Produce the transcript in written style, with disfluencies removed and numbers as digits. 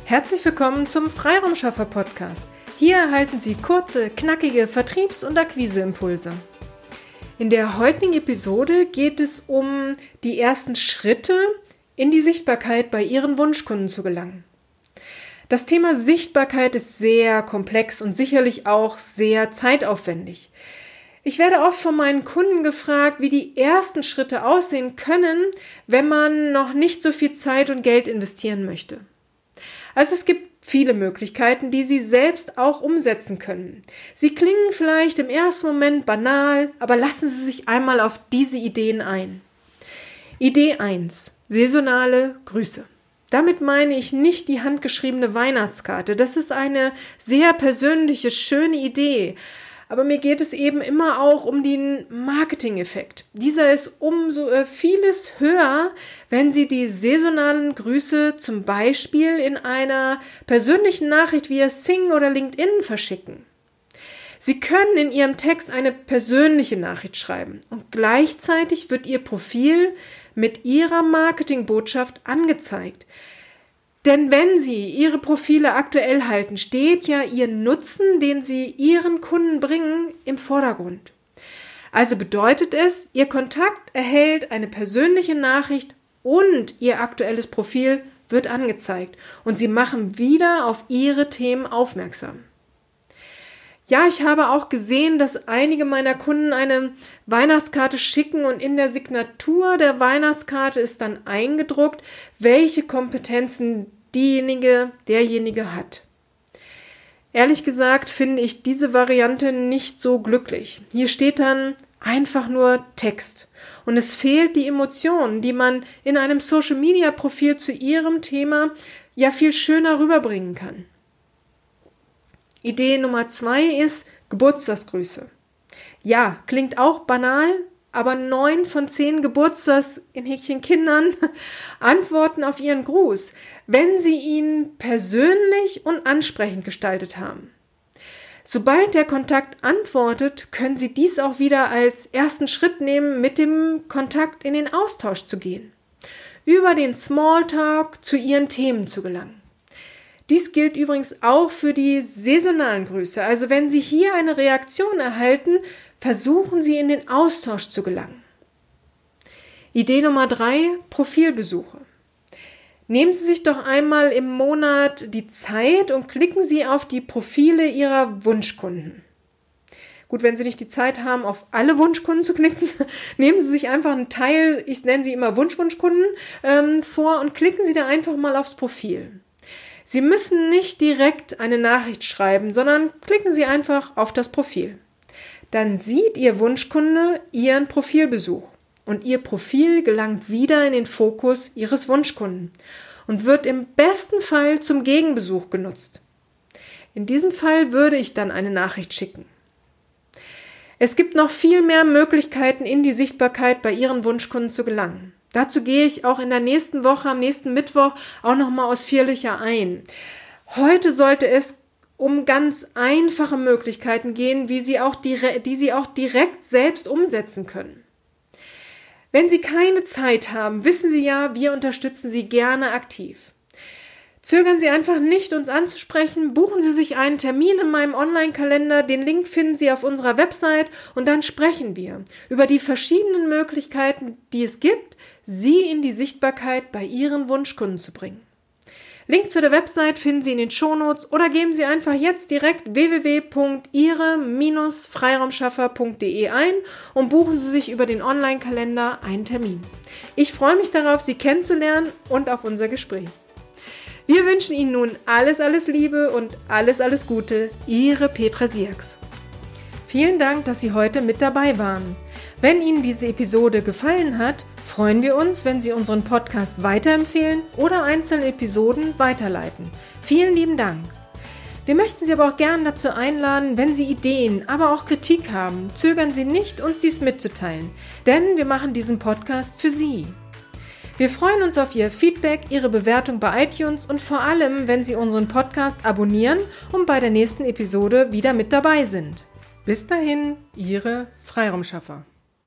Herzlich willkommen zum Freiraumschaffer-Podcast. Hier erhalten Sie kurze, knackige Vertriebs- und Akquiseimpulse. In der heutigen Episode geht es um die ersten Schritte in die Sichtbarkeit bei Ihren Wunschkunden zu gelangen. Das Thema Sichtbarkeit ist sehr komplex und sicherlich auch sehr zeitaufwendig. Ich werde oft von meinen Kunden gefragt, wie die ersten Schritte aussehen können, wenn man noch nicht so viel Zeit und Geld investieren möchte. Also es gibt viele Möglichkeiten, die Sie selbst auch umsetzen können. Sie klingen vielleicht im ersten Moment banal, aber lassen Sie sich einmal auf diese Ideen ein. Idee 1. Saisonale Grüße. Damit meine ich nicht die handgeschriebene Weihnachtskarte. Das ist eine sehr persönliche, schöne Idee. Aber mir geht es eben immer auch um den Marketing-Effekt. Dieser ist umso vieles höher, wenn Sie die saisonalen Grüße zum Beispiel in einer persönlichen Nachricht via Xing oder LinkedIn verschicken. Sie können in Ihrem Text eine persönliche Nachricht schreiben und gleichzeitig wird Ihr Profil mit Ihrer Marketingbotschaft angezeigt. Denn wenn Sie Ihre Profile aktuell halten, steht ja Ihr Nutzen, den Sie Ihren Kunden bringen, im Vordergrund. Also bedeutet es, Ihr Kontakt erhält eine persönliche Nachricht und Ihr aktuelles Profil wird angezeigt und Sie machen wieder auf Ihre Themen aufmerksam. Ja, ich habe auch gesehen, dass einige meiner Kunden eine Weihnachtskarte schicken und in der Signatur der Weihnachtskarte ist dann eingedruckt, welche Kompetenzen derjenige hat. Ehrlich gesagt finde ich diese Variante nicht so glücklich. Hier steht dann einfach nur Text und es fehlt die Emotion, die man in einem Social-Media-Profil zu Ihrem Thema ja viel schöner rüberbringen kann. Idee Nummer 2 ist Geburtstagsgrüße. Ja, klingt auch banal, aber 9 von 10 Kindern antworten auf Ihren Gruß, wenn Sie ihn persönlich und ansprechend gestaltet haben. Sobald der Kontakt antwortet, können Sie dies auch wieder als ersten Schritt nehmen, mit dem Kontakt in den Austausch zu gehen, über den Smalltalk zu Ihren Themen zu gelangen. Dies gilt übrigens auch für die saisonalen Grüße. Also wenn Sie hier eine Reaktion erhalten, versuchen Sie in den Austausch zu gelangen. Idee Nummer 3, Profilbesuche. Nehmen Sie sich doch einmal im Monat die Zeit und klicken Sie auf die Profile Ihrer Wunschkunden. Gut, wenn Sie nicht die Zeit haben, auf alle Wunschkunden zu klicken, nehmen Sie sich einfach einen Teil, ich nenne sie immer Wunschkunden, vor und klicken Sie da einfach mal aufs Profil. Sie müssen nicht direkt eine Nachricht schreiben, sondern klicken Sie einfach auf das Profil. Dann sieht Ihr Wunschkunde Ihren Profilbesuch und Ihr Profil gelangt wieder in den Fokus Ihres Wunschkunden und wird im besten Fall zum Gegenbesuch genutzt. In diesem Fall würde ich dann eine Nachricht schicken. Es gibt noch viel mehr Möglichkeiten, in die Sichtbarkeit bei Ihren Wunschkunden zu gelangen. Dazu gehe ich auch in der nächsten Woche, am nächsten Mittwoch, auch nochmal ausführlicher ein. Heute sollte es um ganz einfache Möglichkeiten gehen, die Sie auch direkt selbst umsetzen können. Wenn Sie keine Zeit haben, wissen Sie ja, wir unterstützen Sie gerne aktiv. Zögern Sie einfach nicht, uns anzusprechen, buchen Sie sich einen Termin in meinem Online-Kalender, den Link finden Sie auf unserer Website und dann sprechen wir über die verschiedenen Möglichkeiten, die es gibt, Sie in die Sichtbarkeit bei Ihren Wunschkunden zu bringen. Link zu der Website finden Sie in den Shownotes oder geben Sie einfach jetzt direkt www.ihre-freiraumschaffer.de ein und buchen Sie sich über den Online-Kalender einen Termin. Ich freue mich darauf, Sie kennenzulernen und auf unser Gespräch. Wir wünschen Ihnen nun alles Liebe und alles Gute, Ihre Petra Sierks. Vielen Dank, dass Sie heute mit dabei waren. Wenn Ihnen diese Episode gefallen hat, freuen wir uns, wenn Sie unseren Podcast weiterempfehlen oder einzelne Episoden weiterleiten. Vielen lieben Dank. Wir möchten Sie aber auch gerne dazu einladen, wenn Sie Ideen, aber auch Kritik haben, zögern Sie nicht, uns dies mitzuteilen, denn wir machen diesen Podcast für Sie. Wir freuen uns auf Ihr Feedback, Ihre Bewertung bei iTunes und vor allem, wenn Sie unseren Podcast abonnieren und bei der nächsten Episode wieder mit dabei sind. Bis dahin, Ihre Freiraumschaffer.